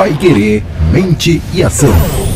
Paiquerê, mente e ação.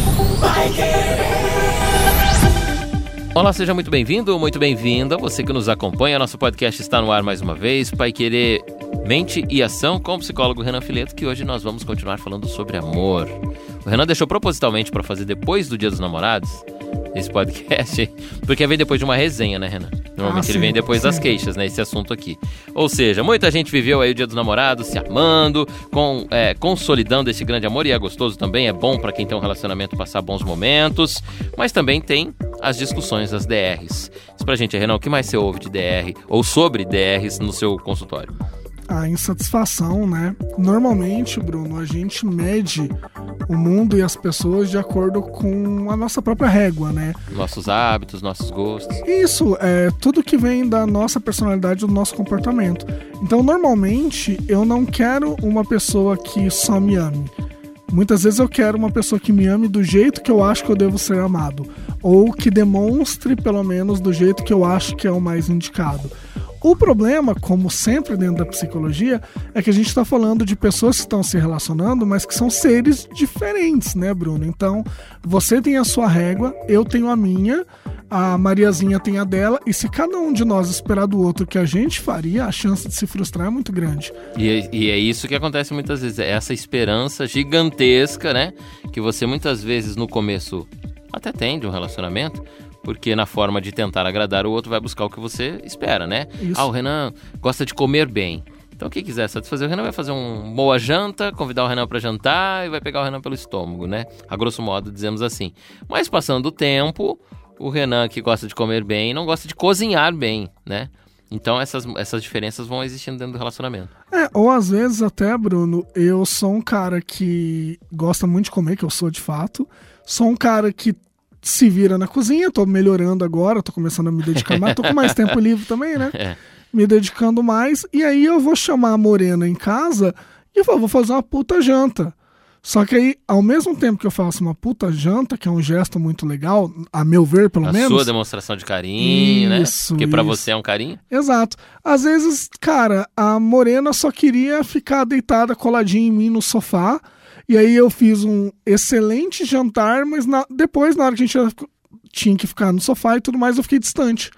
Olá, seja muito bem-vindo, muito bem-vinda. Você que nos acompanha, nosso podcast está no ar mais uma vez. Paiquerê, mente e ação com o psicólogo Renan Fileto, que hoje nós vamos continuar falando sobre amor. O Renan deixou propositalmente para fazer depois do Dia dos Namorados esse podcast, porque vem depois de uma resenha, né, Renan? Normalmente ele vem depois das queixas, né, esse assunto aqui. Ou seja, muita gente viveu aí o Dia dos Namorados se amando, consolidando esse grande amor, e é gostoso também, é bom para quem tem um relacionamento passar bons momentos, mas também tem as discussões, as DRs. Diz pra gente, Renan, o que mais você ouve de DR ou sobre DRs no seu consultório? A insatisfação, né? Normalmente, Bruno, a gente mede o mundo e as pessoas de acordo com a nossa própria régua, né? Nossos hábitos, nossos gostos. Isso, é tudo que vem da nossa personalidade, do nosso comportamento. Então, normalmente, eu não quero uma pessoa que só me ame. Muitas vezes eu quero uma pessoa que me ame do jeito que eu acho que eu devo ser amado. Ou que demonstre, pelo menos, do jeito que eu acho que é o mais indicado. O problema, como sempre dentro da psicologia, é que a gente está falando de pessoas que estão se relacionando, mas que são seres diferentes, né, Bruno? Então, você tem a sua régua, eu tenho a minha, a Mariazinha tem a dela, e se cada um de nós esperar do outro o que a gente faria, a chance de se frustrar é muito grande. E é isso que acontece muitas vezes, é essa esperança gigantesca, né? Que você muitas vezes no começo até tem de um relacionamento, porque na forma de tentar agradar o outro vai buscar o que você espera, né? Isso. O Renan gosta de comer bem. Então, quem quiser satisfazer o Renan vai fazer uma boa janta, convidar o Renan para jantar e vai pegar o Renan pelo estômago, né? A grosso modo, dizemos assim. Mas passando o tempo, o Renan que gosta de comer bem não gosta de cozinhar bem, né? Então, essas diferenças vão existindo dentro do relacionamento. Ou às vezes até, Bruno, eu sou um cara que gosta muito de comer, que eu sou de fato. Sou um cara que se vira na cozinha, tô melhorando agora, tô começando a me dedicar mais, tô com mais tempo livre também, né? Me dedicando mais, e aí eu vou chamar a Morena em casa e vou fazer uma puta janta. Só que aí, ao mesmo tempo que eu faço uma puta janta, que é um gesto muito legal, a meu ver, pelo menos. A sua demonstração de carinho, né? Porque pra você é um carinho. Exato. Às vezes, cara, a Morena só queria ficar deitada, coladinha em mim no sofá. E aí eu fiz um excelente jantar, mas depois, na hora que a gente tinha que ficar no sofá e tudo mais, eu fiquei distante.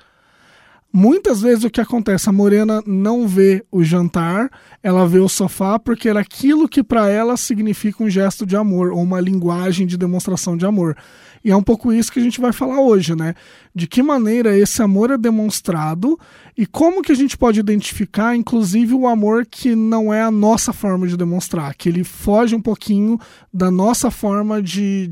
Muitas vezes o que acontece, a Morena não vê o jantar, ela vê o sofá porque era aquilo que para ela significa um gesto de amor, ou uma linguagem de demonstração de amor. E é um pouco isso que a gente vai falar hoje, né? De que maneira esse amor é demonstrado e como que a gente pode identificar, inclusive, o amor que não é a nossa forma de demonstrar, que ele foge um pouquinho da nossa forma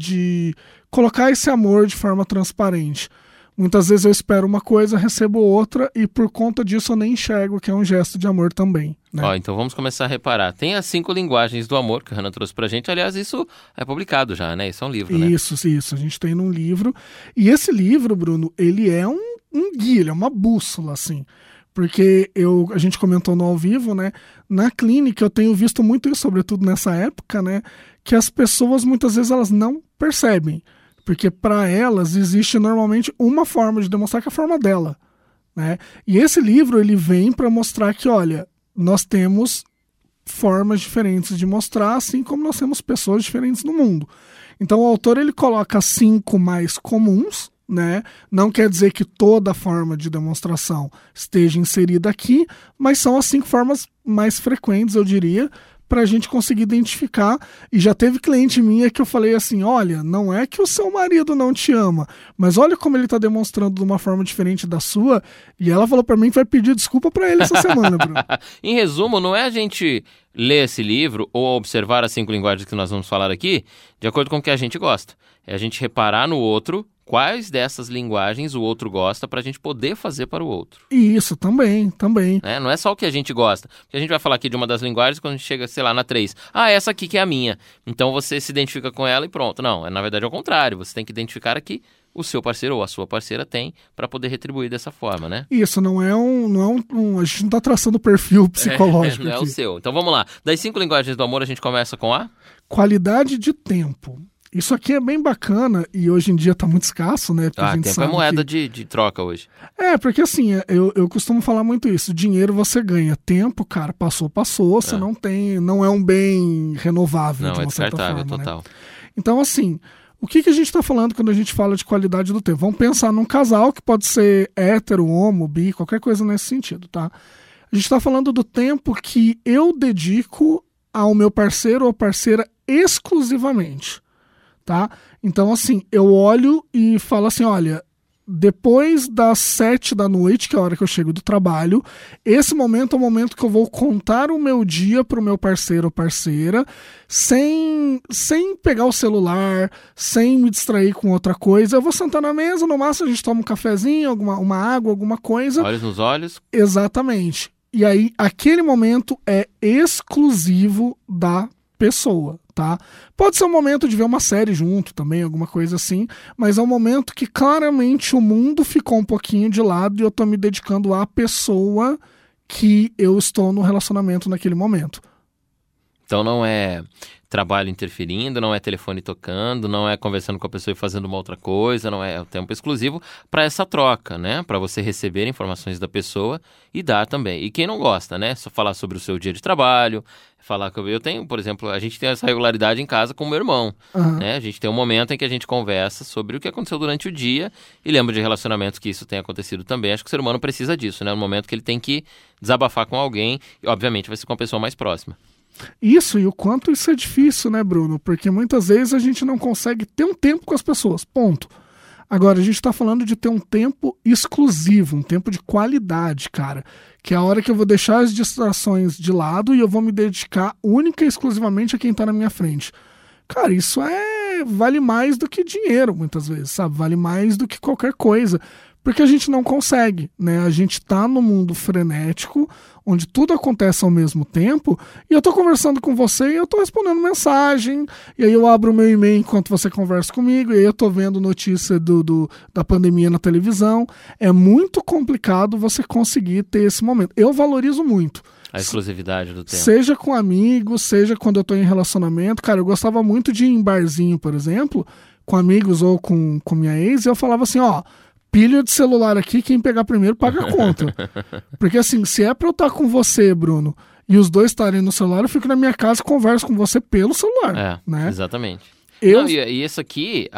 de colocar esse amor de forma transparente. Muitas vezes eu espero uma coisa, recebo outra e por conta disso eu nem enxergo que é um gesto de amor também, né? Então vamos começar a reparar. Tem as 5 linguagens do amor que o Renan trouxe pra gente. Aliás, isso é publicado já, né? Isso é um livro, né? Isso. A gente tem num livro. E esse livro, Bruno, ele é um guia, ele é uma bússola, assim. Porque a gente comentou no ao vivo, né? Na clínica eu tenho visto muito isso, sobretudo nessa época, né? Que as pessoas muitas vezes elas não percebem. Porque para elas existe normalmente uma forma de demonstrar que é a forma dela, né? E esse livro ele vem para mostrar que, olha, nós temos formas diferentes de mostrar, assim como nós temos pessoas diferentes no mundo. Então o autor ele coloca 5 mais comuns, né? Não quer dizer que toda forma de demonstração esteja inserida aqui, mas são as 5 formas mais frequentes, eu diria, para a gente conseguir identificar. E já teve cliente minha que eu falei assim, olha, não é que o seu marido não te ama, mas olha como ele está demonstrando de uma forma diferente da sua, e ela falou para mim que vai pedir desculpa para ele essa semana, Bruno. Em resumo, não é a gente ler esse livro ou observar as 5 linguagens que nós vamos falar aqui de acordo com o que a gente gosta. É a gente reparar no outro, quais dessas linguagens o outro gosta para a gente poder fazer para o outro. Isso, também. Não é só o que a gente gosta. Porque a gente vai falar aqui de uma das linguagens quando a gente chega, sei lá, na 3. Essa aqui que é a minha. Então você se identifica com ela e pronto. Não, na verdade é o contrário. Você tem que identificar aqui o seu parceiro ou a sua parceira tem para poder retribuir dessa forma, né? Isso, não é a gente não está traçando perfil psicológico não é aqui. o seu. Então vamos lá. Das 5 linguagens do amor a gente começa com a... Qualidade de tempo. Isso aqui é bem bacana e hoje em dia tá muito escasso, né? Porque a gente tempo sabe é moeda que... de troca hoje. Porque assim, eu costumo falar muito isso. Dinheiro você ganha. Tempo, cara, passou, você não é um bem renovável, Não, de uma certa descartável, forma, total. né? Então, assim, o que a gente está falando quando a gente fala de qualidade do tempo? Vamos pensar num casal que pode ser hétero, homo, bi, qualquer coisa nesse sentido, tá? A gente está falando do tempo que eu dedico ao meu parceiro ou parceira exclusivamente, tá? Então, assim, eu olho e falo assim, olha, depois das 7 da noite, que é a hora que eu chego do trabalho, esse momento é o momento que eu vou contar o meu dia pro meu parceiro ou parceira, sem pegar o celular, sem me distrair com outra coisa. Eu vou sentar na mesa, no máximo a gente toma um cafezinho, uma água, alguma coisa. Olhos nos olhos. Exatamente. E aí, aquele momento é exclusivo da pessoa, tá? Pode ser um momento de ver uma série junto também, alguma coisa assim, mas é um momento que claramente o mundo ficou um pouquinho de lado e eu tô me dedicando à pessoa que eu estou no relacionamento naquele momento. Então não é trabalho interferindo, não é telefone tocando, não é conversando com a pessoa e fazendo uma outra coisa, não é o tempo exclusivo para essa troca, né? Para você receber informações da pessoa e dar também. E quem não gosta, né? Só falar sobre o seu dia de trabalho, falar que eu tenho, por exemplo, a gente tem essa regularidade em casa com o meu irmão, né? A gente tem um momento em que a gente conversa sobre o que aconteceu durante o dia e lembra de relacionamentos que isso tem acontecido também. Acho que o ser humano precisa disso, né? No momento que ele tem que desabafar com alguém e, obviamente, vai ser com a pessoa mais próxima. Isso, e o quanto isso é difícil, né, Bruno? Porque muitas vezes a gente não consegue ter um tempo com as pessoas, ponto. Agora, a gente tá falando de ter um tempo exclusivo, um tempo de qualidade, cara. Que é a hora que eu vou deixar as distrações de lado e eu vou me dedicar única e exclusivamente a quem tá na minha frente. Cara, isso vale mais do que dinheiro, muitas vezes, sabe? Vale mais do que qualquer coisa. Porque a gente não consegue, né? A gente tá num mundo frenético, onde tudo acontece ao mesmo tempo, e eu tô conversando com você e eu tô respondendo mensagem, e aí eu abro o meu e-mail enquanto você conversa comigo, e aí eu tô vendo notícia da pandemia na televisão. É muito complicado você conseguir ter esse momento. Eu valorizo muito. A exclusividade do tempo. Seja com amigos, seja quando eu tô em relacionamento. Cara, eu gostava muito de ir em barzinho, por exemplo, com amigos ou com minha ex, e eu falava assim, ó, pilha de celular aqui, quem pegar primeiro paga a conta. Porque assim, se é pra eu estar com você, Bruno, e os dois estarem no celular, eu fico na minha casa e converso com você pelo celular. né? Exatamente. Não, e isso aqui,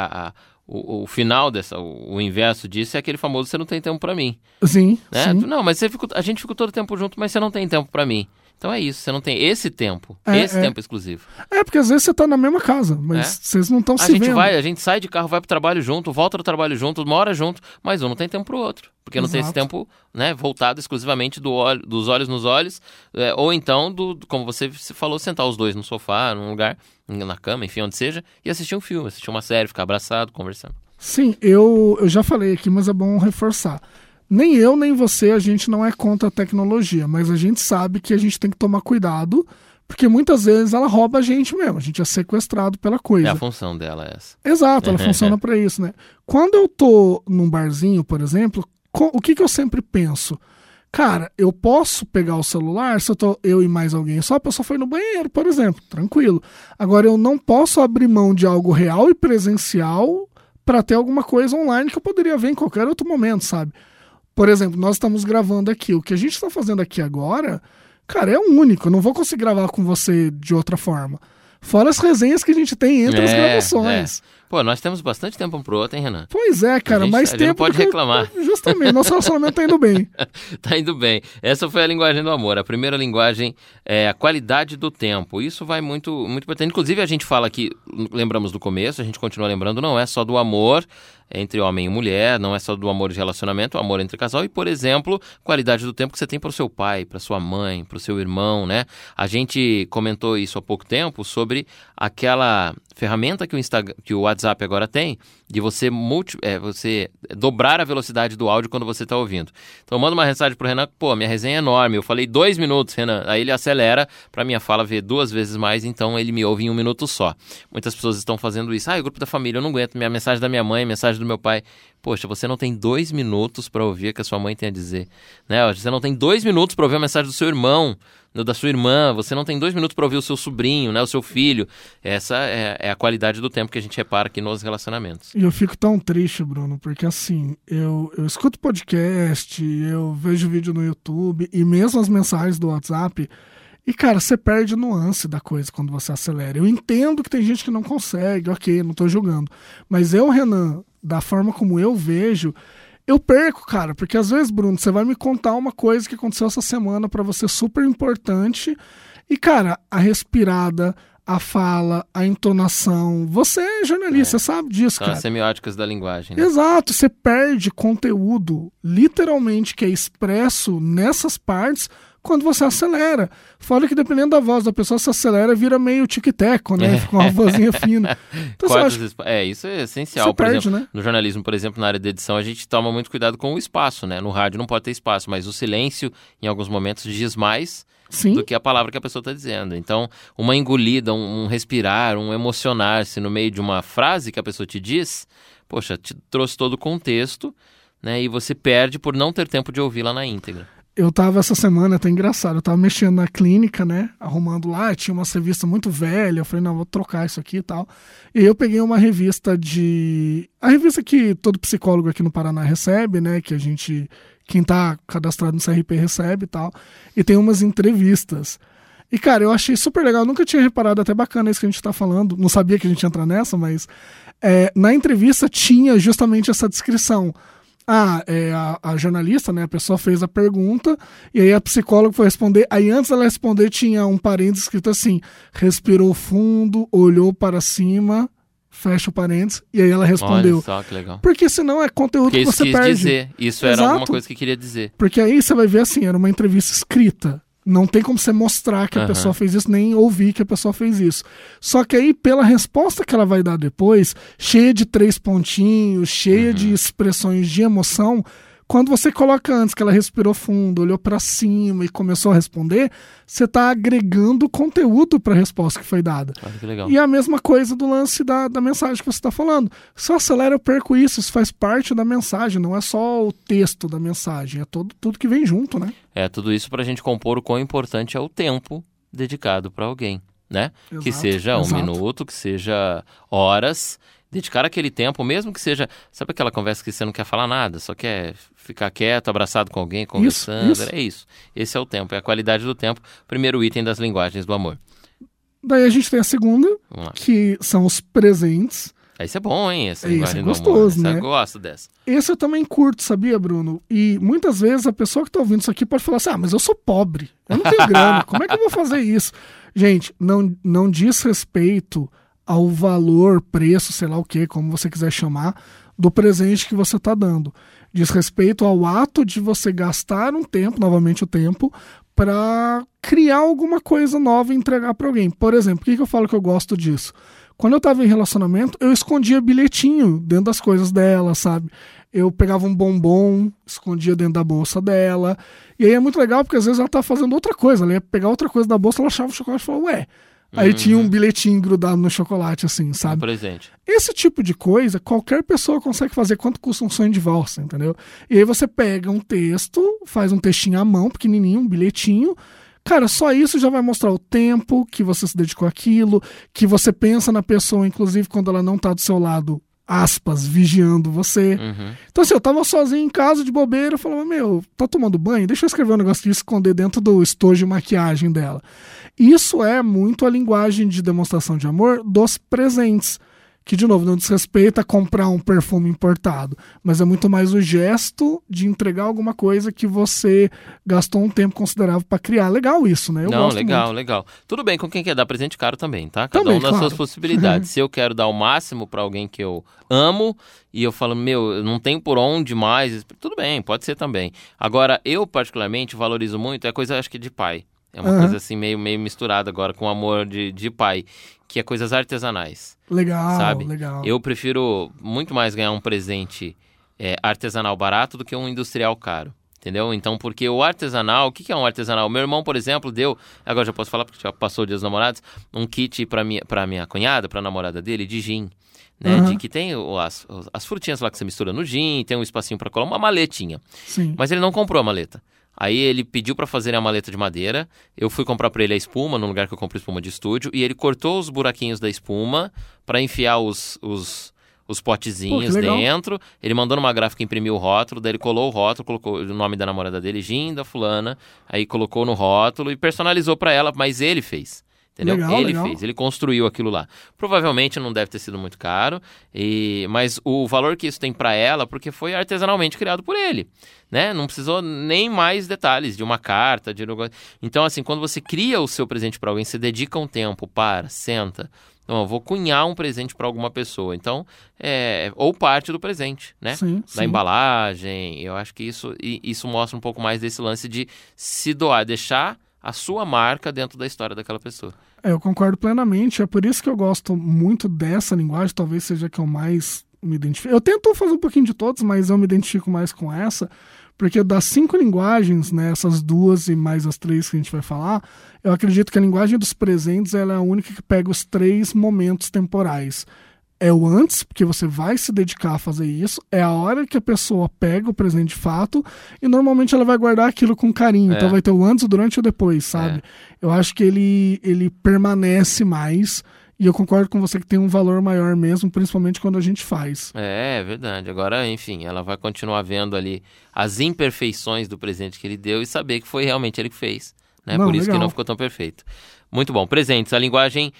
o final o inverso disso é aquele famoso, você não tem tempo pra mim. Sim, né? sim. Não, mas a gente ficou todo o tempo junto, mas você não tem tempo pra mim. Então é isso, você não tem esse tempo, tempo exclusivo. Porque às vezes você tá na mesma casa, mas vocês não estão se vendo. A gente sai de carro, vai pro trabalho junto, volta do trabalho junto, mora junto, mas um não tem tempo pro outro. Porque não tem esse tempo, né, voltado exclusivamente dos olhos nos olhos, ou então, como você falou, sentar os dois no sofá, num lugar, na cama, enfim, onde seja, e assistir um filme, assistir uma série, ficar abraçado, conversando. Sim, eu já falei aqui, mas é bom reforçar. Nem eu, nem você, a gente não é contra a tecnologia, mas a gente sabe que a gente tem que tomar cuidado, porque muitas vezes ela rouba a gente mesmo, a gente é sequestrado pela coisa. É a função dela essa. Exato, ela funciona para isso, né? Quando eu tô num barzinho, por exemplo, o que eu sempre penso? Cara, eu posso pegar o celular se eu e mais alguém só, a pessoa foi no banheiro, por exemplo, tranquilo. Agora, eu não posso abrir mão de algo real e presencial para ter alguma coisa online que eu poderia ver em qualquer outro momento, sabe? Por exemplo, nós estamos gravando aqui. O que a gente está fazendo aqui agora, cara, é único. Eu não vou conseguir gravar com você de outra forma. Fora as resenhas que a gente tem entre as gravações. Pô, nós temos bastante tempo um pro outro, hein, Renan? Pois é, cara, mais tempo. Não pode reclamar. Justamente, nosso relacionamento tá indo bem. Tá indo bem. Essa foi a linguagem do amor. A primeira linguagem é a qualidade do tempo. Isso vai muito importante. Inclusive, a gente fala aqui, lembramos do começo, a gente continua lembrando, não é só do amor entre homem e mulher, não é só do amor de relacionamento, o amor entre casal e, por exemplo, qualidade do tempo que você tem para o seu pai, para sua mãe, para o seu irmão, né? A gente comentou isso há pouco tempo sobre aquela ferramenta que o WhatsApp agora tem, de você dobrar a velocidade do áudio quando você está ouvindo. Então manda uma mensagem pro Renan, pô, minha resenha é enorme, eu falei 2 minutos, Renan, aí ele acelera para minha fala ver 2 vezes mais, então ele me ouve em 1 minuto só. Muitas pessoas estão fazendo isso, o grupo da família, eu não aguento, minha mensagem da minha mãe, mensagem do meu pai, Poxa, você não tem 2 minutos para ouvir o que a sua mãe tem a dizer, né? Você não tem 2 minutos para ouvir a mensagem do seu irmão, da sua irmã, você não tem 2 minutos para ouvir o seu sobrinho, né? O seu filho. Essa é a qualidade do tempo que a gente repara aqui nos relacionamentos. E eu fico tão triste, Bruno, porque assim, eu escuto podcast, eu vejo vídeo no YouTube e mesmo as mensagens do WhatsApp. E, cara, você perde a nuance da coisa quando você acelera. Eu entendo que tem gente que não consegue, ok, não tô julgando. Mas eu, Renan, da forma como eu vejo, eu perco, cara. Porque às vezes, Bruno, você vai me contar uma coisa que aconteceu essa semana pra você super importante. E, cara, a respirada, a fala, a entonação. Você é jornalista, você sabe disso, São cara. as semióticas da linguagem, né? Exato, você perde conteúdo, literalmente, que é expresso nessas partes quando você acelera. Fora que dependendo da voz da pessoa, se acelera, vira meio tic-teco, né? Fica uma vozinha fina. Então, você acha... Isso é essencial. Você Por perde, exemplo, né? no jornalismo, por exemplo, na área de edição, a gente toma muito cuidado com o espaço, né? No rádio não pode ter espaço, mas o silêncio, em alguns momentos, diz mais Sim. do que a palavra que a pessoa está dizendo. Então, uma engolida, um respirar, um emocionar-se no meio de uma frase que a pessoa te diz, poxa, te trouxe todo o contexto, né? E você perde por não ter tempo de ouvi-la na íntegra. Eu tava essa semana, até engraçado, eu tava mexendo na clínica, né, arrumando lá, tinha uma revista muito velha, eu falei, não, vou trocar isso aqui e tal. E eu peguei uma revista a revista que todo psicólogo aqui no Paraná recebe, né, que quem tá cadastrado no CRP recebe e tal, e tem umas entrevistas. E, cara, eu achei super legal, eu nunca tinha reparado, até bacana isso que a gente tá falando, não sabia que a gente ia entrar nessa, mas na entrevista tinha justamente essa descrição. A jornalista, né, a pessoa fez a pergunta e aí a psicóloga foi responder. Aí antes dela responder tinha um parênteses escrito assim, respirou fundo, olhou para cima, fecha o parênteses, e aí ela respondeu. Olha só que legal. Porque senão é conteúdo que você perde. Dizer. Isso era Exato. alguma coisa que queria dizer. Porque aí você vai ver assim, era uma entrevista escrita. Não tem como você mostrar que a pessoa fez isso, nem ouvir que a pessoa fez isso. Só que aí, pela resposta que ela vai dar depois, cheia de 3 pontinhos, cheia de expressões de emoção, quando você coloca antes que ela respirou fundo, olhou pra cima e começou a responder, você tá agregando conteúdo pra resposta que foi dada. Olha que legal. E a mesma coisa do lance da mensagem que você tá falando. Se eu acelero, eu perco isso. Isso faz parte da mensagem, não é só o texto da mensagem, é tudo que vem junto, né? Tudo isso pra gente compor o quão importante é o tempo dedicado pra alguém, né? Exato, que seja um minuto, que seja horas, dedicar aquele tempo, mesmo que seja, sabe aquela conversa que você não quer falar nada, só quer ficar quieto, abraçado com alguém, conversando, Isso. É isso. Esse é o tempo, é a qualidade do tempo, primeiro item das linguagens do amor. Daí a gente tem a segunda, Vamos lá. que são os presentes. Esse é bom, hein? Essa Esse linguagem é do gostoso, amor. né? Eu gosto dessa. Esse eu também curto, sabia, Bruno? E muitas vezes a pessoa que tá ouvindo isso aqui pode falar assim, mas eu sou pobre, eu não tenho grana, como é que eu vou fazer isso? Gente, não diz respeito ao valor, preço, sei lá o que, como você quiser chamar, do presente que você tá dando. Diz respeito ao ato de você gastar um tempo, novamente o tempo, para criar alguma coisa nova e entregar para alguém. Por exemplo, por que eu falo que eu gosto disso? Quando eu tava em relacionamento, eu escondia bilhetinho dentro das coisas dela, sabe? Eu pegava um bombom, escondia dentro da bolsa dela. E aí é muito legal, porque às vezes ela tá fazendo outra coisa. Ela ia pegar outra coisa da bolsa, ela achava o chocolate e falava, ué. Aí tinha um bilhetinho grudado no chocolate, assim, sabe? Um presente. Esse tipo de coisa, qualquer pessoa consegue fazer. Quanto custa um sonho de valsa, entendeu? E aí você pega um texto, faz um textinho à mão, pequenininho, um bilhetinho. Cara, só isso já vai mostrar o tempo que você se dedicou àquilo, que você pensa na pessoa, inclusive quando ela não tá do seu lado, aspas, vigiando você. Então assim, eu tava sozinho em casa, de bobeira, eu falava, tá tomando banho? Deixa eu escrever um negócio de esconder dentro do estojo de maquiagem dela. Isso é muito a linguagem de demonstração de amor dos presentes. Que, de novo, não diz respeito a comprar um perfume importado, mas é muito mais o gesto de entregar alguma coisa que você gastou um tempo considerável para criar. Legal isso, né? Eu gosto muito. Legal. Tudo bem com quem quer dar presente caro também, tá? Cada Também, um nas claro. suas possibilidades. Se eu quero dar o máximo para alguém que eu amo e eu falo, eu não tenho por onde mais, tudo bem, pode ser também. Agora, eu particularmente valorizo muito, é coisa, acho que de pai. É uma coisa assim meio misturada agora com amor de pai, que é coisas artesanais. Legal, sabe? legal. Eu prefiro muito mais ganhar um presente artesanal barato do que um industrial caro. Entendeu? Então, porque o artesanal, o que é um artesanal? Meu irmão, por exemplo, deu, agora já posso falar porque já passou o Dia dos Namorados, um kit pra minha cunhada, pra namorada dele, de gin. Né, de que tem as frutinhas lá que você mistura no gin, tem um espacinho pra colar, uma maletinha. Sim. Mas ele não comprou a maleta. Aí ele pediu pra fazerem a maleta de madeira, eu fui comprar pra ele a espuma, no lugar que eu compro espuma de estúdio, e ele cortou os buraquinhos da espuma pra enfiar os potezinhos dentro. Ele mandou numa gráfica imprimir o rótulo, daí ele colou o rótulo, colocou o nome da namorada dele, gin da fulana, aí colocou no rótulo e personalizou pra ela, mas ele fez. Entendeu? Legal. Fez, ele construiu aquilo lá. Provavelmente não deve ter sido muito caro, mas o valor que isso tem pra ela, porque foi artesanalmente criado por ele, né? Não precisou nem mais detalhes de uma carta, Então, assim, quando você cria o seu presente pra alguém, você dedica um tempo, senta. Então, eu vou cunhar um presente para alguma pessoa. Então, ou parte do presente, né? Sim. Da embalagem. Eu acho que isso mostra um pouco mais desse lance de se doar, deixar a sua marca dentro da história daquela pessoa. Eu concordo plenamente. É por isso que eu gosto muito dessa linguagem. Talvez seja a que eu mais me identifico. Eu tento fazer um pouquinho de todos, mas eu me identifico mais com essa. Porque das 5 linguagens, né, essas 2 e mais as 3 que a gente vai falar, eu acredito que a linguagem dos presentes ela é a única que pega os 3 momentos temporais. É o antes, porque você vai se dedicar a fazer isso, é a hora que a pessoa pega o presente de fato e normalmente ela vai guardar aquilo com carinho. Então vai ter o antes, o durante e o depois, sabe? Eu acho que ele permanece mais. E eu concordo com você que tem um valor maior mesmo, principalmente quando a gente faz. É verdade. Agora, enfim, ela vai continuar vendo ali as imperfeições do presente que ele deu e saber que foi realmente ele que fez. Né? Por isso que não ficou tão perfeito. Muito bom. Presentes. A linguagem,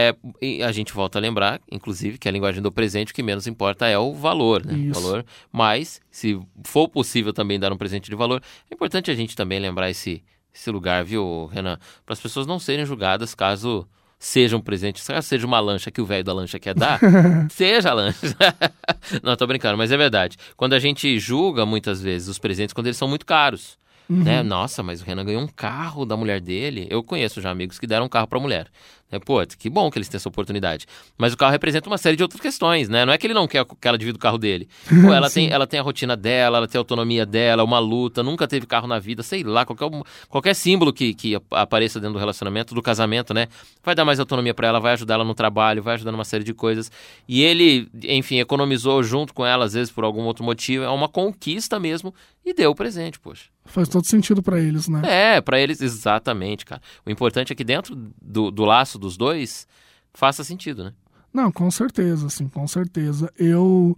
a gente volta a lembrar, inclusive, que a linguagem do presente, o que menos importa é o valor. Né? O valor. Mas, se for possível também dar um presente de valor, é importante a gente também lembrar esse lugar, viu, Renan? Para as pessoas não serem julgadas caso seja um presente, seja uma lancha que o velho da lancha quer dar, seja a lancha. Não, tô brincando, mas é verdade. Quando a gente julga, muitas vezes, os presentes, quando eles são muito caros. Né? Nossa, mas o Renan ganhou um carro da mulher dele. Eu conheço já amigos que deram um carro pra mulher. Pô, que bom que eles têm essa oportunidade. Mas o carro representa uma série de outras questões, né? Não é que ele não quer que ela divida o carro dele. Pô, ela tem a rotina dela, ela tem a autonomia dela, uma luta, nunca teve carro na vida, sei lá, qualquer símbolo que apareça dentro do relacionamento, do casamento, né? Vai dar mais autonomia pra ela, vai ajudar ela no trabalho, vai ajudar numa série de coisas. E ele, enfim, economizou junto com ela, às vezes por algum outro motivo. É uma conquista mesmo e deu o presente, poxa. Faz todo sentido pra eles, né? Pra eles, exatamente, cara. O importante é que dentro do laço dos dois, faça sentido, né? Não, com certeza, sim, com certeza. Eu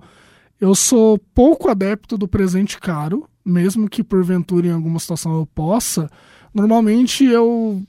sou pouco adepto do presente caro, mesmo que porventura em alguma situação eu possa. Normalmente eu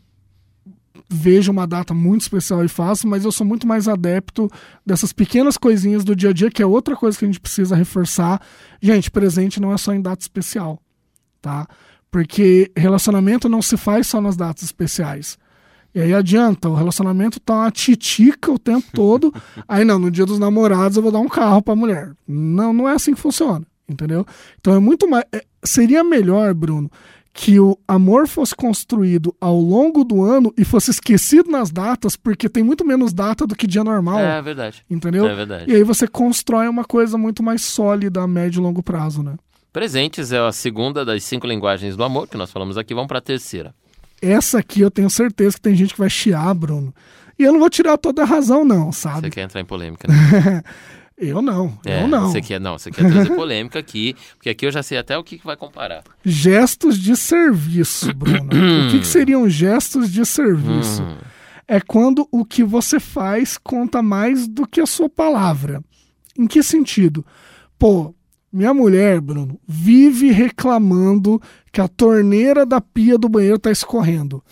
vejo uma data muito especial e faço, mas eu sou muito mais adepto dessas pequenas coisinhas do dia a dia, que é outra coisa que a gente precisa reforçar. Gente, presente não é só em data especial. Tá? Porque relacionamento não se faz só nas datas especiais. E aí adianta, o relacionamento tá uma titica o tempo todo. Aí não, no dia dos namorados eu vou dar um carro pra mulher. Não é assim que funciona, entendeu? Então é muito mais... seria melhor, Bruno, que o amor fosse construído ao longo do ano e fosse esquecido nas datas, porque tem muito menos data do que dia normal. É verdade. Entendeu? É verdade. E aí você constrói uma coisa muito mais sólida a médio e longo prazo, né? Presentes é a segunda das 5 linguagens do amor que nós falamos aqui. Vamos para a terceira. Essa aqui eu tenho certeza que tem gente que vai chiar, Bruno. E eu não vou tirar toda a razão, não, sabe? Você quer entrar em polêmica, né? Eu não. Você quer trazer polêmica aqui, porque aqui eu já sei até o que vai comparar. Gestos de serviço, Bruno. O que seriam gestos de serviço? É quando o que você faz conta mais do que a sua palavra. Em que sentido? Pô, minha mulher, Bruno, vive reclamando que a torneira da pia do banheiro tá escorrendo.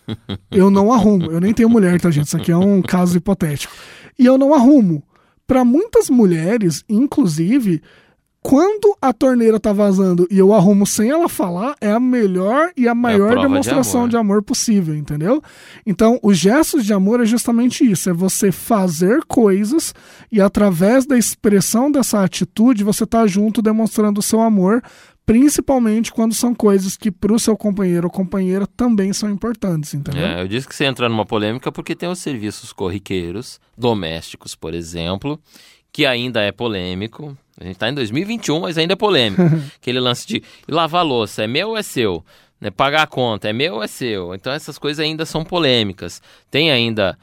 Eu não arrumo. Eu nem tenho mulher, tá, gente? Isso aqui é um caso hipotético. E eu não arrumo. Para muitas mulheres, inclusive, quando a torneira tá vazando e eu arrumo sem ela falar, é a melhor e a maior demonstração de amor possível, entendeu? Então, os gestos de amor é justamente isso, é você fazer coisas e através da expressão dessa atitude, você tá junto demonstrando o seu amor, principalmente quando são coisas que pro seu companheiro ou companheira também são importantes, entendeu? Eu disse que você entra numa polêmica porque tem os serviços corriqueiros, domésticos, por exemplo, que ainda é polêmico. A gente está em 2021, mas ainda é polêmico. Aquele lance de lavar a louça, é meu ou é seu? Né? Pagar a conta, é meu ou é seu? Então essas coisas ainda são polêmicas. Tem ainda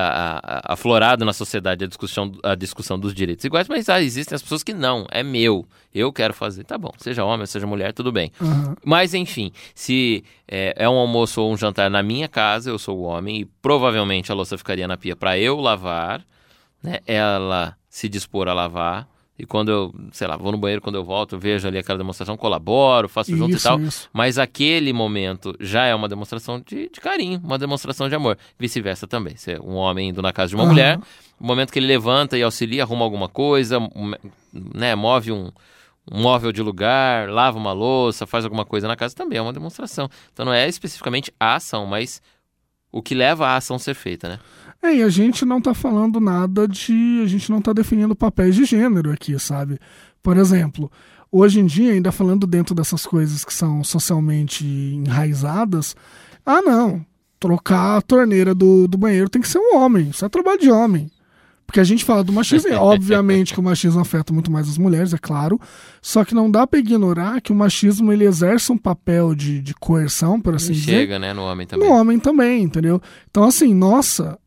aflorado na sociedade a discussão dos direitos iguais, mas existem as pessoas que não, é meu, eu quero fazer. Tá bom, seja homem ou seja mulher, tudo bem. Mas enfim, se é um almoço ou um jantar na minha casa, eu sou o homem e provavelmente a louça ficaria na pia para eu lavar, né? Ela se dispor a lavar. E quando eu, sei lá, vou no banheiro, quando eu volto, eu vejo ali aquela demonstração, colaboro, faço junto e tal. Isso. Mas aquele momento já é uma demonstração de carinho, uma demonstração de amor. Vice-versa também. Se é um homem indo na casa de uma mulher, o momento que ele levanta e auxilia, arruma alguma coisa, né, move um móvel de lugar, lava uma louça, faz alguma coisa na casa, também é uma demonstração. Então não é especificamente a ação, mas o que leva a ação a ser feita, né? E a gente não tá falando nada a gente não tá definindo papéis de gênero aqui, sabe? Por exemplo, hoje em dia, ainda falando dentro dessas coisas que são socialmente enraizadas, não, trocar a torneira do banheiro tem que ser um homem, isso é trabalho de homem. Porque a gente fala do machismo, obviamente que o machismo afeta muito mais as mulheres, é claro, só que não dá pra ignorar que o machismo ele exerce um papel de coerção, por assim dizer. Chega, né, no homem também. No homem também, entendeu? Então assim, nossa,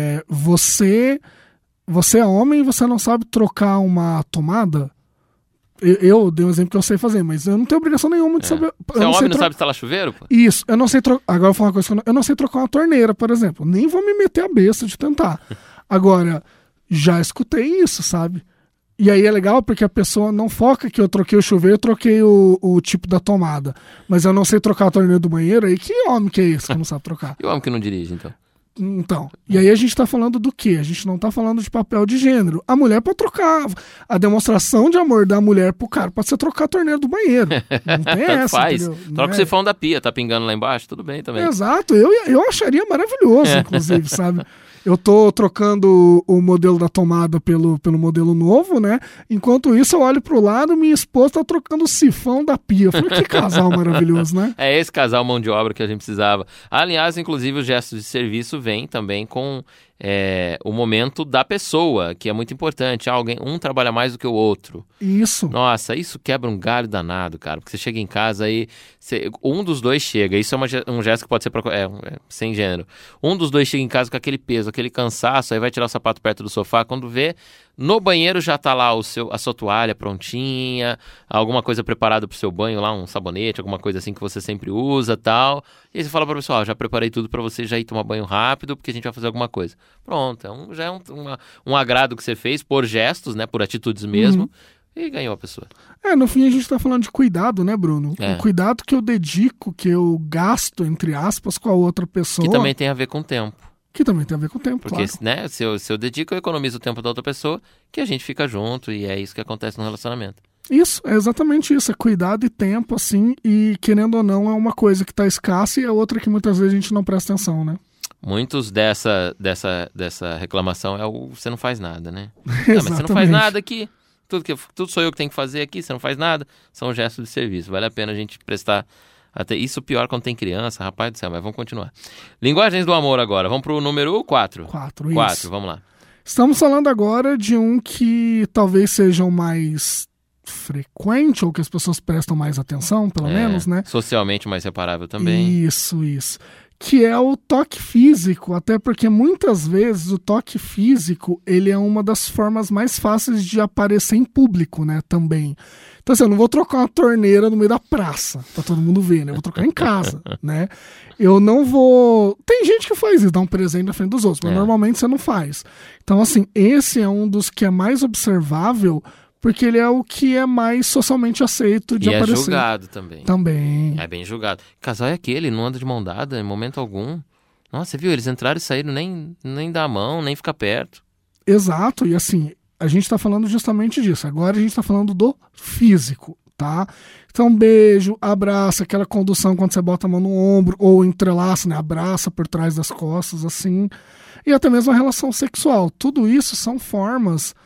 você é homem e você não sabe trocar uma tomada? Eu dei um exemplo que eu sei fazer, mas eu não tenho obrigação nenhuma de saber. Você é homem e não sabe instalar chuveiro? Pô? Isso, eu não sei trocar. Agora eu vou falar uma coisa que eu não sei trocar uma torneira, por exemplo. Nem vou me meter a besta de tentar. Agora, já escutei isso, sabe? E aí é legal porque a pessoa não foca que eu troquei o chuveiro, eu troquei o tipo da tomada. Mas eu não sei trocar a torneira do banheiro, aí que homem que é esse que não sabe trocar? E o homem que não dirige, então? Então, e aí a gente tá falando do quê? A gente não tá falando de papel de gênero. A mulher pode trocar. A demonstração de amor da mulher pro cara pode ser trocar a torneira do banheiro. Não tem essa, faz. Entendeu? Troca o sifão da pia, tá pingando lá embaixo, tudo bem também. Exato, eu acharia maravilhoso, inclusive, sabe? Eu tô trocando o modelo da tomada pelo modelo novo, né? Enquanto isso, eu olho pro lado, minha esposa tá trocando o sifão da pia. Eu falei, que casal maravilhoso, né? É esse casal mão de obra que a gente precisava. Aliás, inclusive, os gestos de serviço vêm também com o momento da pessoa, que é muito importante. Um trabalha mais do que o outro. Isso. Nossa, isso quebra um galho danado, cara. Porque você chega em casa e um dos dois chega. Isso é um gesto que pode ser sem gênero. Um dos dois chega em casa com aquele peso, aquele cansaço, aí vai tirar o sapato perto do sofá. Quando vê, no banheiro já tá lá a sua toalha prontinha, alguma coisa preparada pro seu banho lá, um sabonete, alguma coisa assim que você sempre usa, tal. E aí você fala pra pessoa, já preparei tudo pra você já ir tomar banho rápido, porque a gente vai fazer alguma coisa. Pronto, já é um agrado que você fez por gestos, né, por atitudes mesmo, e ganhou a pessoa. No fim a gente tá falando de cuidado, né, Bruno? O cuidado que eu dedico, que eu gasto, entre aspas, com a outra pessoa. Que também tem a ver com o tempo. Que também tem a ver com o tempo, porque, claro. Né, se eu dedico, eu economizo o tempo da outra pessoa, que a gente fica junto, e é isso que acontece no relacionamento. Isso, é exatamente isso, é cuidado e tempo, assim, e querendo ou não, é uma coisa que tá escassa e é outra que muitas vezes a gente não presta atenção, né? Muitos dessa reclamação você não faz nada, né? Mas você não faz nada aqui, tudo sou eu que tenho que fazer aqui, você não faz nada, são gestos de serviço, vale a pena a gente prestar até isso pior quando tem criança, rapaz do céu, mas vamos continuar. Linguagens do amor agora, vamos pro número 4. 4, isso. Vamos lá. Estamos falando agora de um que talvez seja o mais frequente, ou que as pessoas prestam mais atenção, pelo menos, né? Socialmente mais reparável também. Isso. Que é o toque físico, até porque muitas vezes o toque físico, ele é uma das formas mais fáceis de aparecer em público, né, também. Então assim, eu não vou trocar uma torneira no meio da praça, pra todo mundo ver, né, eu vou trocar em casa, né. Eu não vou... Tem gente que faz isso, dá um presente na frente dos outros, mas normalmente você não faz. Então assim, esse é um dos que é mais observável, porque ele é o que é mais socialmente aceito de aparecer. E é julgado também. Também. É bem julgado. Casal é aquele, não anda de mão dada em momento algum. Nossa, você viu? Eles entraram e saíram, nem dá a mão, nem fica perto. Exato. E assim, a gente tá falando justamente disso. Agora a gente tá falando do físico, tá? Então, beijo, abraça, aquela condução quando você bota a mão no ombro, ou entrelaça, né? Abraça por trás das costas, assim. E até mesmo a relação sexual. Tudo isso são formas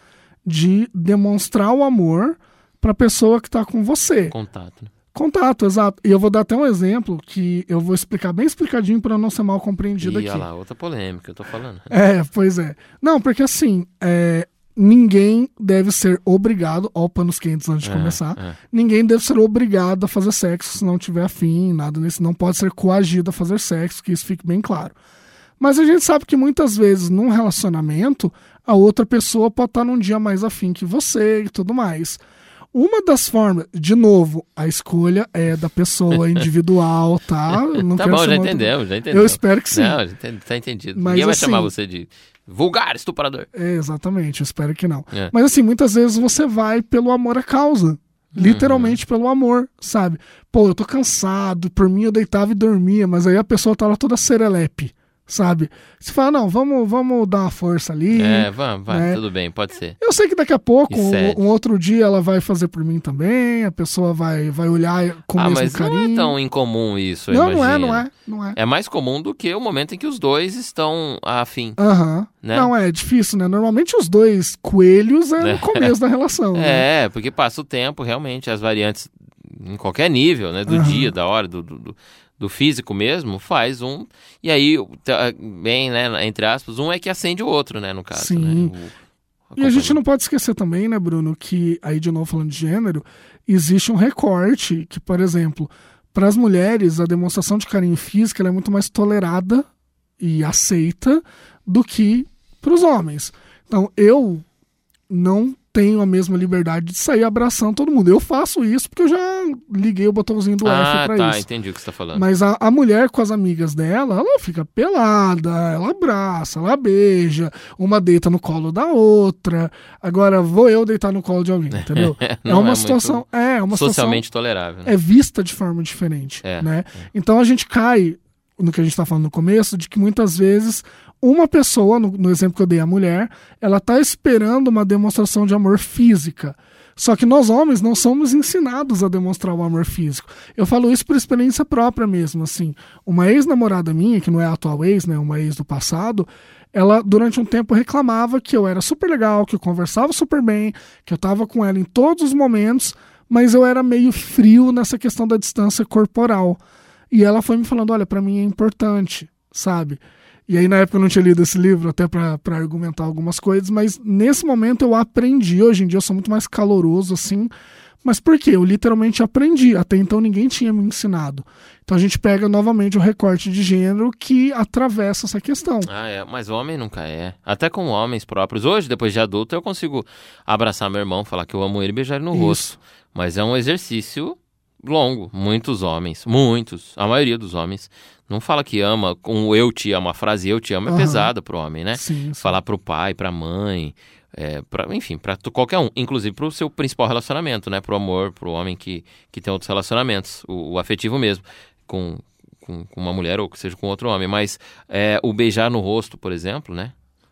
de demonstrar o amor para a pessoa que está com você. Contato, né? Contato, exato. E eu vou dar até um exemplo que eu vou explicar bem explicadinho para não ser mal compreendido aqui. Olha lá, outra polêmica, eu tô falando. Pois é. Não, porque assim, ninguém deve ser obrigado, ó, panos quentes antes de começar, ninguém deve ser obrigado a fazer sexo se não tiver afim, nada nesse, não pode ser coagido a fazer sexo, que isso fique bem claro. Mas a gente sabe que muitas vezes num relacionamento, a outra pessoa pode estar num dia mais afim que você e tudo mais. Uma das formas, de novo, a escolha é da pessoa individual, tá? Não Tá quero bom, já chamar entendemos. Eu espero que sim. Não, tá entendido. Mas, Ninguém vai assim, chamar você de vulgar, estuprador. Exatamente, eu espero que não. Mas assim, muitas vezes você vai pelo amor à causa. Literalmente pelo amor, sabe? Pô, eu tô cansado, por mim eu deitava e dormia, mas aí a pessoa tá lá toda serelepe, sabe? Você fala, não, vamos dar uma força ali. Vamos, né? Tudo bem, pode ser. Eu sei que daqui a pouco, E um outro dia, ela vai fazer por mim também, a pessoa vai olhar com o mesmo mas carinho. não é tão incomum isso, eu Não imagino. não é. É mais comum do que o momento em que os dois estão afim. Né? Não, é difícil, né? Normalmente os dois coelhos é no começo da relação. Né? Porque passa o tempo, realmente, as variantes em qualquer nível, né? Do dia, da hora, do físico mesmo, faz um... E aí, bem, né, entre aspas, um é que acende o outro, né, no caso. Sim. Né? E a gente não pode esquecer também, né, Bruno, que aí de novo falando de gênero, existe um recorte que, por exemplo, para as mulheres a demonstração de carinho físico ela é muito mais tolerada e aceita do que para os homens. Então, eu não tenho a mesma liberdade de sair abraçando todo mundo. Eu faço isso porque eu já liguei o botãozinho do F pra isso. Entendi o que você tá falando. Mas a mulher com as amigas dela, ela fica pelada, ela abraça, ela beija, uma deita no colo da outra. Agora vou eu deitar no colo de alguém, entendeu? É uma situação socialmente tolerável. Né? É vista de forma diferente, né? Então a gente cai no que a gente tá falando no começo, de que muitas vezes uma pessoa, no exemplo que eu dei, a mulher, ela tá esperando uma demonstração de amor física. Só que nós homens não somos ensinados a demonstrar o amor físico. Eu falo isso por experiência própria mesmo, assim. Uma ex-namorada minha, que não é a atual ex, né, uma ex do passado, ela durante um tempo reclamava que eu era super legal, que eu conversava super bem, que eu tava com ela em todos os momentos, mas eu era meio frio nessa questão da distância corporal. E ela foi me falando, olha, pra mim é importante, sabe? E aí na época eu não tinha lido esse livro até pra argumentar algumas coisas, mas nesse momento eu aprendi, hoje em dia eu sou muito mais caloroso assim, mas por quê? Eu literalmente aprendi, até então ninguém tinha me ensinado. Então a gente pega novamente o recorte de gênero que atravessa essa questão. Mas homem nunca é. Até com homens próprios. Hoje, depois de adulto, eu consigo abraçar meu irmão, falar que eu amo ele e beijar ele no rosto. Mas é um exercício longo. Muitos, a maioria dos homens não fala que ama com eu te amo. A frase eu te amo é pesada pro homem, né? Sim. Falar pro pai, pra mãe, enfim, pra qualquer um, inclusive pro seu principal relacionamento, né? Pro amor, pro homem que tem outros relacionamentos, o afetivo mesmo, com uma mulher ou que seja com outro homem. Mas o beijar no rosto, por exemplo, né?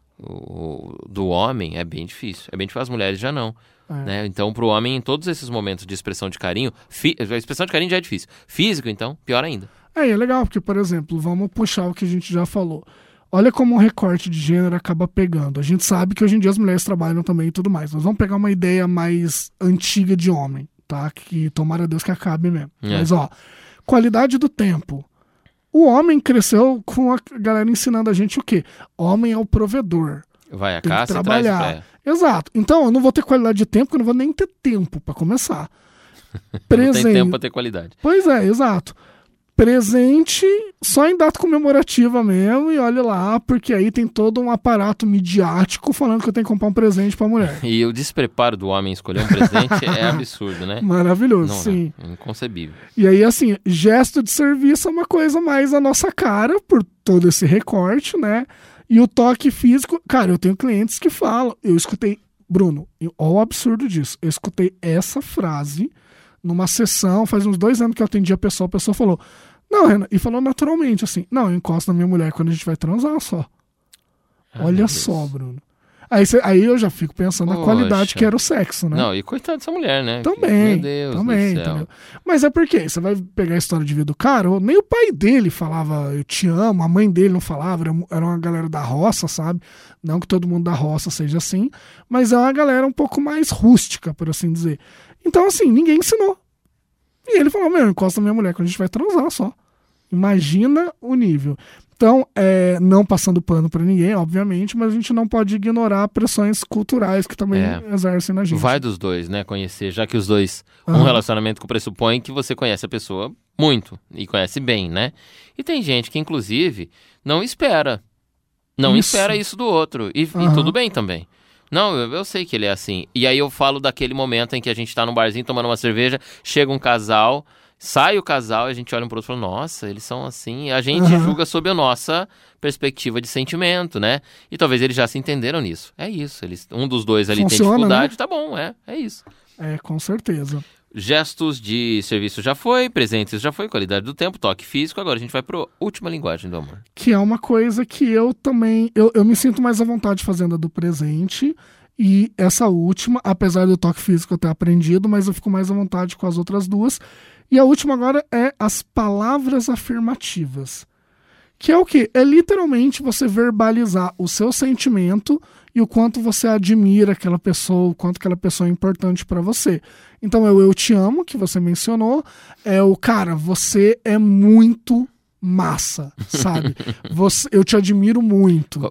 Do homem é bem difícil. As mulheres já não. Né? Então, pro homem, em todos esses momentos de expressão de carinho, a expressão de carinho já é difícil. Físico, então, pior ainda. É legal, porque, por exemplo, vamos puxar o que a gente já falou. Olha como o recorte de gênero acaba pegando. A gente sabe que hoje em dia as mulheres trabalham também e tudo mais. Nós vamos pegar uma ideia mais antiga de homem, tá? Que tomara Deus que acabe mesmo. Mas, qualidade do tempo. O homem cresceu com a galera ensinando a gente o quê? Homem é o provedor. Vai a tem caça que trabalhar. E traz Exato. Então, eu não vou ter qualidade de tempo, porque eu não vou nem ter tempo para começar. Não tem tempo para ter qualidade. Pois é, exato. Presente só em data comemorativa mesmo, e olha lá, porque aí tem todo um aparato midiático falando que eu tenho que comprar um presente pra mulher. E o despreparo do homem escolher um presente é absurdo, né? Maravilhoso, sim. Inconcebível. E aí, assim, gesto de serviço é uma coisa mais a nossa cara, por todo esse recorte, né? E o toque físico, cara, eu tenho clientes que falam, eu escutei, Bruno, olha o absurdo disso, eu escutei essa frase numa sessão, faz uns 2 anos que eu atendi a pessoa falou, não, Renan, e falou naturalmente assim, não, eu encosto na minha mulher quando a gente vai transar só. Olha só, Bruno. Aí eu já fico pensando na qualidade que era o sexo, né? Não, e coitado dessa mulher, né? Também, meu Deus também, do céu. Entendeu? Mas é porque você vai pegar a história de vida do cara, nem o pai dele falava eu te amo, a mãe dele não falava, era uma galera da roça, sabe? Não que todo mundo da roça seja assim, mas é uma galera um pouco mais rústica, por assim dizer. Então, assim, ninguém ensinou. E ele falou, encosta na minha mulher quando a gente vai transar só. Imagina o nível. Então, não passando pano para ninguém, obviamente, mas a gente não pode ignorar pressões culturais que também exercem na gente. Vai dos dois, né? Conhecer, já que os dois, um relacionamento que pressupõe que você conhece a pessoa muito e conhece bem, né? E tem gente que, inclusive, não espera isso do outro. E tudo bem também. Não, eu sei que ele é assim. E aí eu falo daquele momento em que a gente tá num barzinho tomando uma cerveja, chega um casal, sai o casal e a gente olha um pro outro e fala, nossa, eles são assim. E a gente julga sob a nossa perspectiva de sentimento, né? E talvez eles já se entenderam nisso. É isso. Um dos dois ali tem dificuldade, né? Tá bom, é isso. Com certeza. Gestos de serviço já foi, presentes já foi, qualidade do tempo, toque físico. Agora a gente vai para última linguagem do amor. Que é uma coisa que eu também... Eu me sinto mais à vontade fazendo a do presente. E essa última, apesar do toque físico eu ter aprendido, mas eu fico mais à vontade com as outras duas. E a última agora é as palavras afirmativas. Que é o quê? É literalmente você verbalizar o seu sentimento e o quanto você admira aquela pessoa, o quanto aquela pessoa é importante para você. Então é o eu te amo, que você mencionou, é o cara, você é muito massa, sabe? Eu te admiro muito.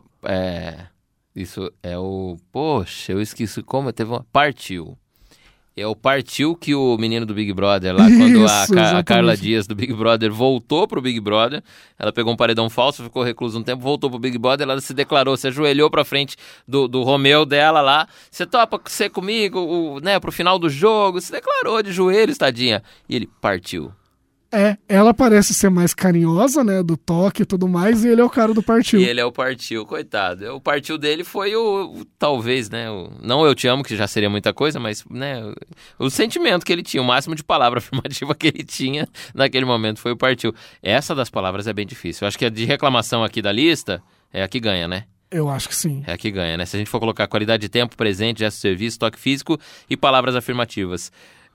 Isso é o... Poxa, eu esqueci como teve uma... Partiu. É o partiu que o menino do Big Brother lá, quando a Carla Dias do Big Brother voltou pro Big Brother, ela pegou um paredão falso, ficou reclusa um tempo, voltou pro Big Brother, ela se declarou, se ajoelhou pra frente do Romeu dela lá, você topa ser comigo, né, pro final do jogo, se declarou de joelhos, tadinha, e ele partiu. Ela parece ser mais carinhosa, né, do toque e tudo mais, e ele é o cara do partiu. E ele é o partiu, coitado. O partiu dele foi talvez, né, não eu te amo, que já seria muita coisa, mas, né, o sentimento que ele tinha, o máximo de palavra afirmativa que ele tinha naquele momento foi o partiu. Essa das palavras é bem difícil. Eu acho que a de reclamação aqui da lista é a que ganha, né? Eu acho que sim. É a que ganha, né? Se a gente for colocar qualidade de tempo, presente, gesto de serviço, toque físico e palavras afirmativas.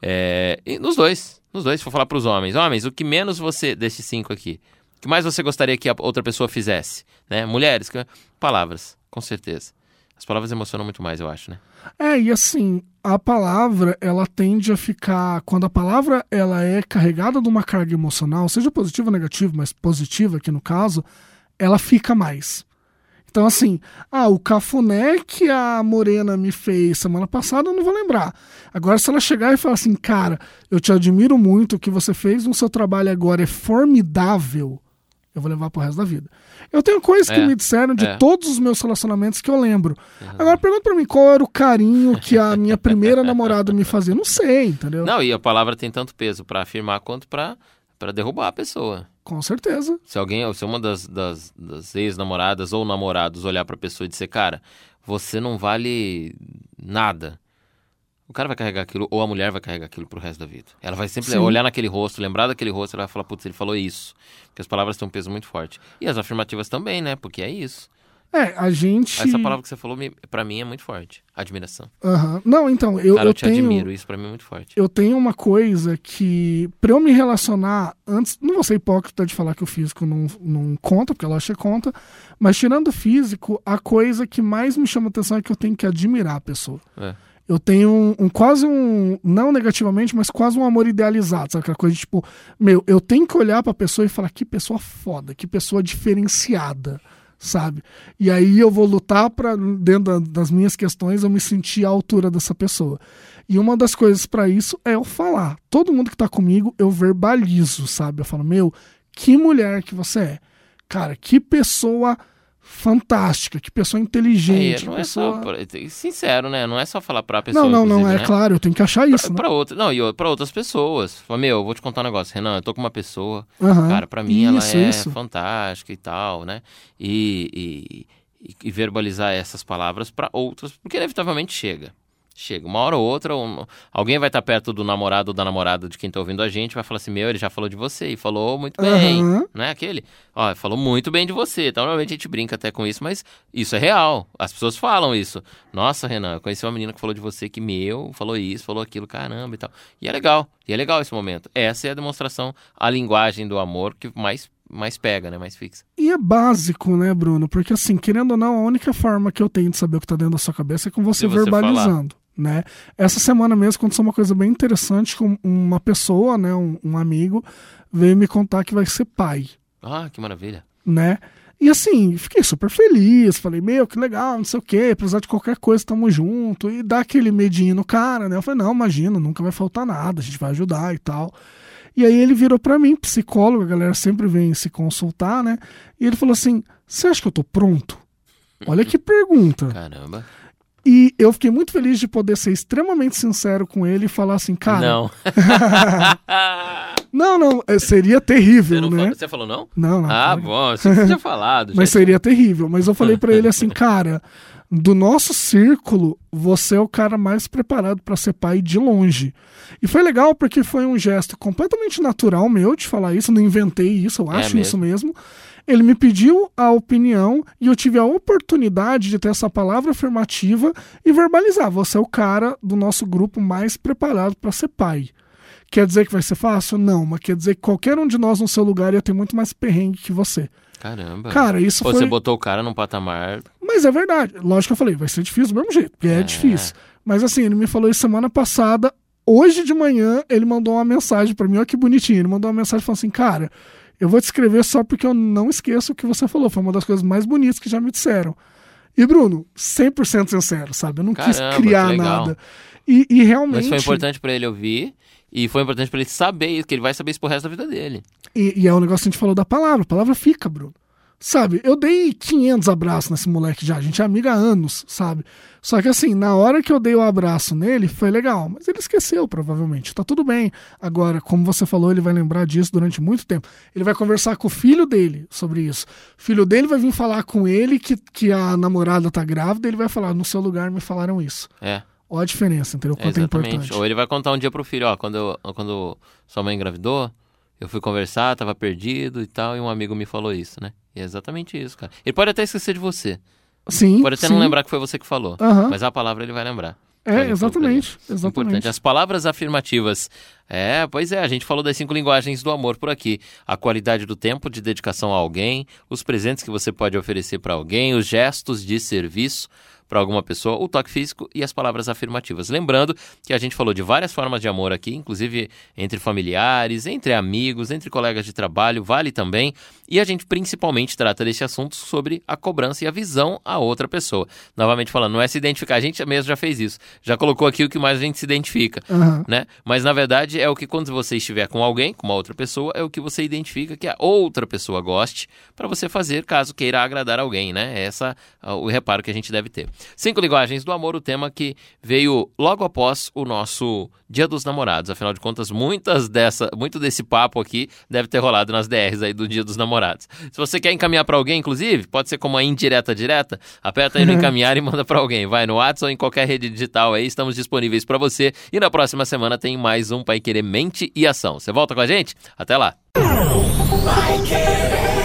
E nos dois, se for falar para os homens, o que menos você, desses 5 aqui, o que mais você gostaria que a outra pessoa fizesse, né? Mulheres, palavras, com certeza. As palavras emocionam muito mais, eu acho, né? E assim, a palavra, ela tende a ficar, quando a palavra ela é carregada de uma carga emocional, seja positiva ou negativa, mas positiva aqui no caso, ela fica mais. Então, assim, o cafuné que a Morena me fez semana passada, eu não vou lembrar. Agora, se ela chegar e falar assim, cara, eu te admiro muito, o que você fez no seu trabalho agora é formidável, eu vou levar pro resto da vida. Eu tenho coisas que me disseram de todos os meus relacionamentos que eu lembro. Agora, pergunta pra mim qual era o carinho que a minha primeira namorada me fazia. Não sei, entendeu? Não, e a palavra tem tanto peso pra afirmar quanto pra derrubar a pessoa. Com certeza. Se uma das ex-namoradas ou namorados olhar pra pessoa e dizer, cara, você não vale nada, o cara vai carregar aquilo, ou a mulher vai carregar aquilo pro resto da vida. Ela vai sempre olhar naquele rosto, lembrar daquele rosto, ela vai falar, putz, ele falou isso. Porque as palavras têm um peso muito forte. E as afirmativas também, né? Porque é isso. A gente... Essa palavra que você falou, pra mim, é muito forte. Admiração. Não, então, eu te admiro, isso pra mim é muito forte. Eu tenho uma coisa que, pra eu me relacionar antes, não vou ser hipócrita de falar que o físico não conta, porque eu acho que conta, mas tirando o físico, a coisa que mais me chama atenção é que eu tenho que admirar a pessoa. Eu tenho quase não negativamente, mas quase um amor idealizado, sabe? Aquela coisa de tipo, eu tenho que olhar pra pessoa e falar, que pessoa foda, que pessoa diferenciada, sabe? E aí eu vou lutar para dentro das minhas questões eu me sentir à altura dessa pessoa. E uma das coisas para isso é eu falar. Todo mundo que tá comigo, eu verbalizo, sabe? Eu falo, que mulher que você é. Cara, que pessoa fantástica, que pessoa inteligente. Não que é pessoa... sincero, né? Não é só falar pra pessoa. Não, é né? claro, eu tenho que achar isso. Pra outra, e pra outras pessoas. Fala, eu vou te contar um negócio, Renan, eu tô com uma pessoa, cara, pra mim ela é fantástica e tal, né? E verbalizar essas palavras pra outras, porque inevitavelmente chega. Uma hora ou outra, alguém vai estar perto do namorado ou da namorada de quem está ouvindo a gente, vai falar assim, ele já falou de você e falou muito bem, não é aquele? Falou muito bem de você, então normalmente a gente brinca até com isso, mas isso é real, as pessoas falam isso. Nossa, Renan, eu conheci uma menina que falou de você que falou isso, falou aquilo, caramba e tal. E é legal esse momento. Essa é a demonstração, a linguagem do amor que mais pega, né? Mais fixa. E é básico, né, Bruno? Porque assim, querendo ou não, a única forma que eu tenho de saber o que tá dentro da sua cabeça é com você verbalizando, né? Essa semana mesmo aconteceu uma coisa bem interessante com uma pessoa, né, um amigo, veio me contar que vai ser pai. Que maravilha. né? E assim, fiquei super feliz, falei, meu, que legal, não sei o quê, apesar de qualquer coisa, tamo junto, e dá aquele medinho no cara, né? Eu falei, não, imagina, nunca vai faltar nada, a gente vai ajudar e tal. E aí ele virou pra mim, psicólogo, a galera sempre vem se consultar, né? E ele falou assim, você acha que eu tô pronto? Olha que pergunta. Caramba. E eu fiquei muito feliz de poder ser extremamente sincero com ele e falar assim, cara... Não. Não, seria terrível, né? Você falou não? Não. Bom, você tinha falado. Mas seria terrível. Mas eu falei pra ele assim, cara, do nosso círculo, você é o cara mais preparado pra ser pai de longe. E foi legal porque foi um gesto completamente natural meu de falar isso, não inventei isso, eu acho isso mesmo. Ele me pediu a opinião e eu tive a oportunidade de ter essa palavra afirmativa e verbalizar. Você é o cara do nosso grupo mais preparado pra ser pai. Quer dizer que vai ser fácil? Não, mas quer dizer que qualquer um de nós no seu lugar ia ter muito mais perrengue que você. Caramba. Cara, isso foi... Você botou o cara num patamar... Mas é verdade. Lógico que eu falei, vai ser difícil do mesmo jeito, porque é difícil. Mas assim, ele me falou isso semana passada, hoje de manhã ele mandou uma mensagem pra mim, olha que bonitinho, ele mandou uma mensagem e falou assim, cara, eu vou te escrever só porque eu não esqueço o que você falou, foi uma das coisas mais bonitas que já me disseram. E Bruno, 100% sincero, sabe? Eu não quis criar nada. E realmente... Mas foi importante pra ele ouvir... E foi importante pra ele saber, que ele vai saber isso pro resto da vida dele. E é o negócio que a gente falou da palavra. A palavra fica, Bruno. Sabe, eu dei 500 abraços nesse moleque já. A gente é amiga há anos, sabe? Só que assim, na hora que eu dei o abraço nele, foi legal. Mas ele esqueceu, provavelmente. Tá tudo bem. Agora, como você falou, ele vai lembrar disso durante muito tempo. Ele vai conversar com o filho dele sobre isso. O filho dele vai vir falar com ele que a namorada tá grávida. Ele vai falar, no seu lugar me falaram isso. Olha a diferença, entendeu? Quanto é importante. Ou ele vai contar um dia pro filho, ó, quando sua mãe engravidou, eu fui conversar, tava perdido e tal, e um amigo me falou isso, né? E é exatamente isso, cara. Ele pode até esquecer de você. Sim. Pode até não lembrar que foi você que falou, mas a palavra ele vai lembrar. Exatamente. Importante. As palavras afirmativas. Pois é, a gente falou das 5 linguagens do amor por aqui. A qualidade do tempo de dedicação a alguém, os presentes que você pode oferecer para alguém, os gestos de serviço para alguma pessoa, o toque físico e as palavras afirmativas. Lembrando que a gente falou de várias formas de amor aqui, inclusive entre familiares, entre amigos, entre colegas de trabalho, vale também. E a gente principalmente trata desse assunto sobre a cobrança e a visão a outra pessoa. Novamente falando, não é se identificar, a gente mesmo já fez isso. Já colocou aqui o que mais a gente se identifica, né? Mas na verdade é o que quando você estiver com alguém, com uma outra pessoa, é o que você identifica que a outra pessoa goste para você fazer caso queira agradar alguém, né? Essa é o reparo que a gente deve ter. 5 linguagens do amor, o tema que veio logo após o nosso Dia dos Namorados. Afinal de contas, muito desse papo aqui deve ter rolado nas DRs aí do Dia dos Namorados. Se você quer encaminhar para alguém, inclusive, pode ser como uma indireta direta, aperta aí no encaminhar e manda para alguém. Vai no WhatsApp ou em qualquer rede digital aí, estamos disponíveis para você. E na próxima semana tem mais um Pai Querer Mente e Ação. Você volta com a gente? Até lá!